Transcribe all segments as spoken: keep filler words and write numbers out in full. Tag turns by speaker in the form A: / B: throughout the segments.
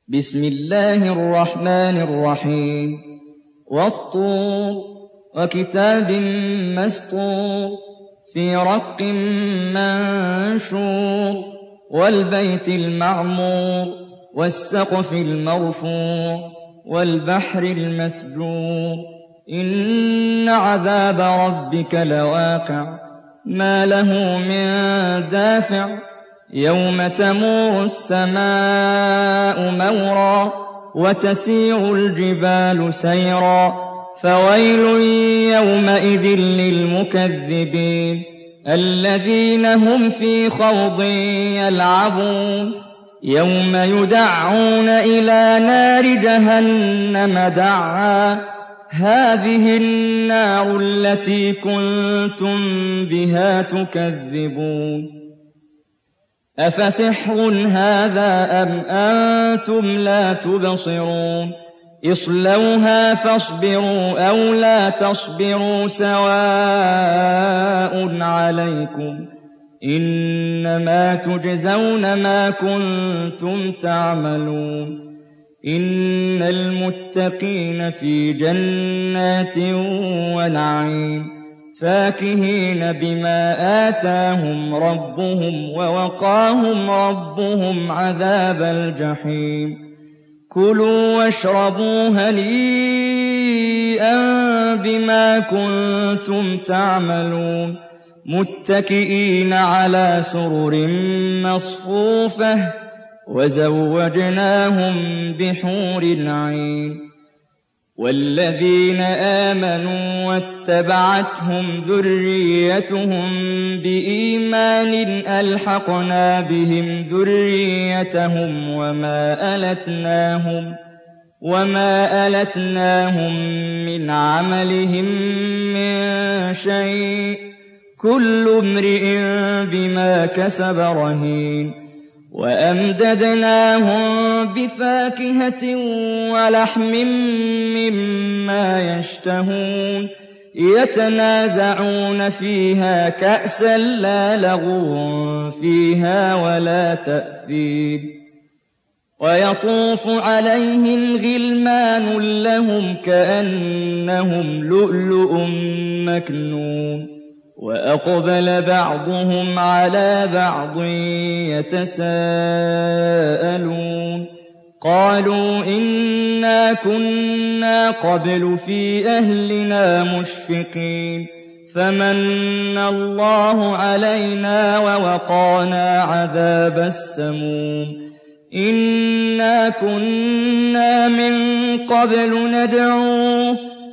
A: بسم الله الرحمن الرحيم والطور وكتاب مسطور في رق منشور والبيت المعمور والسقف المرفوع والبحر المسجور إن عذاب ربك لواقع ما له من دافع يوم تمور السماء مورا وتسير الجبال سيرا فويل يومئذ للمكذبين الذين هم في خوض يلعبون يوم يدعون إلى نار جهنم دعا هذه النار التي كنتم بها تكذبون أفسحر هذا أم أنتم لا تبصرون اصلوها فاصبروا أو لا تصبروا سواء عليكم إنما تجزون ما كنتم تعملون إن المتقين في جنات ونعيم فاكهين بما آتاهم ربهم ووقاهم ربهم عذاب الجحيم كلوا واشربوا هنيئا بما كنتم تعملون متكئين على سرر مصفوفة وزوجناهم بحور عين والذين آمنوا واتبعتهم ذريتهم بإيمان ألحقنا بهم ذريتهم وما ألتناهم وما ألتناهم من عملهم من شيء كل امرئ بما كسب رهين وأمددناهم بفاكهة ولحم مما يشتهون يتنازعون فيها كأسا لا لغو فيها ولا تأثيم ويطوف عليهم غلمان لهم كأنهم لؤلؤ مكنون وأقبل بعضهم على بعض يتساءلون قالوا إنا كنا قبل في أهلنا مشفقين فمن الله علينا ووقانا عذاب السموم إنا كنا من قبل ندعوه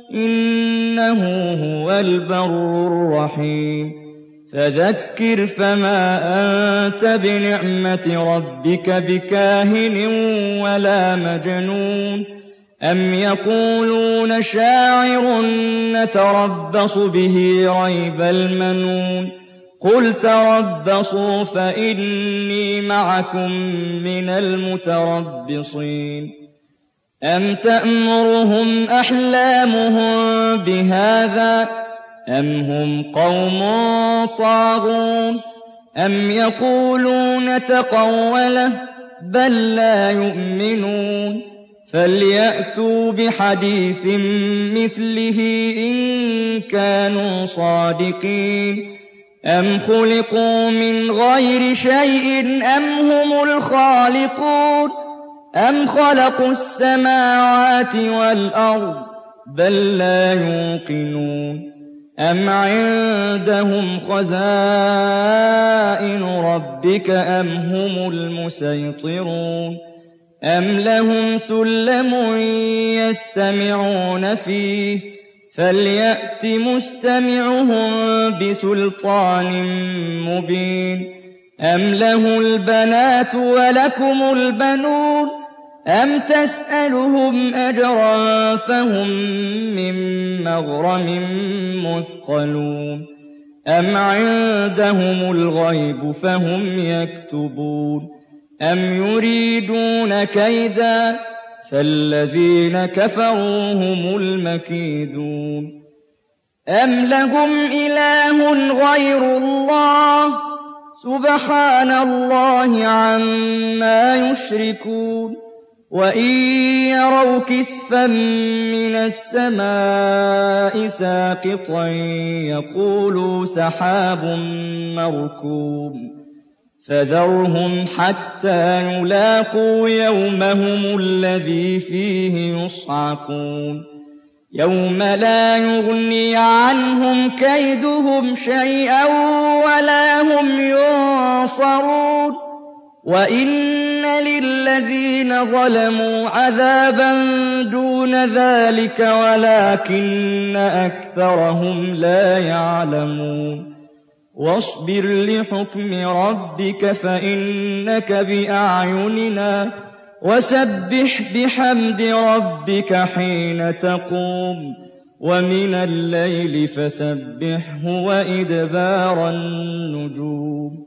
A: إنه هو البر الرحيم فذكر فما أنت بنعمة ربك بكاهن ولا مجنون أم يقولون شاعر نتربص به ريب المنون قل تربصوا فإني معكم من المتربصين أم تأمرهم أحلامهم بهذا أم هم قوم طاغون أم يقولون تقوله بل لا يؤمنون فليأتوا بحديث مثله إن كانوا صادقين أم خلقوا من غير شيء أم هم الخالقون أم خلقوا السماوات والأرض بل لا يوقنون أم عندهم خزائن ربك أم هم المسيطرون أم لهم سلم يستمعون فيه فليأت مستمعهم بسلطان مبين أم له البنات ولكم البنون أم تسألهم أجرا فهم من مغرم مثقلون أم عندهم الغيب فهم يكتبون أم يريدون كيدا فالذين كفروا هم المكيدون أم لهم إله غير الله سبحان الله عما يشركون وَإِن يَرَوْا كِسْفًا مِّنَ السَّمَاءِ سَاقِطًا يَقُولُوا سَحَابٌ مَّرْكُومٌ فَذَرْهُمْ حَتَّىٰ يُلَاقُوا يَوْمَهُمُ الَّذِي فِيهِ يُصْعَقُونَ يَوْمَ لَا يُغْنِي عَنْهُمْ كَيْدُهُمْ شَيْئًا وَلَا هُمْ يُنصَرُونَ وَإِنَّ لِلَّذِينَ ظَلَمُوا عَذَابًا دُونَ ذَٰلِكَ وَلَٰكِنَّ أَكْثَرَهُمْ لَا يَعْلَمُونَ وَاصْبِرْ لِحُكْمِ رَبِّكَ فَإِنَّكَ بِأَعْيُنِنَا وَسَبِّحْ بِحَمْدِ رَبِّكَ حِينَ تَقُومُ وَمِنَ اللَّيْلِ فَسَبِّحْهُ وَإِدْبَارَ النُّجُومِ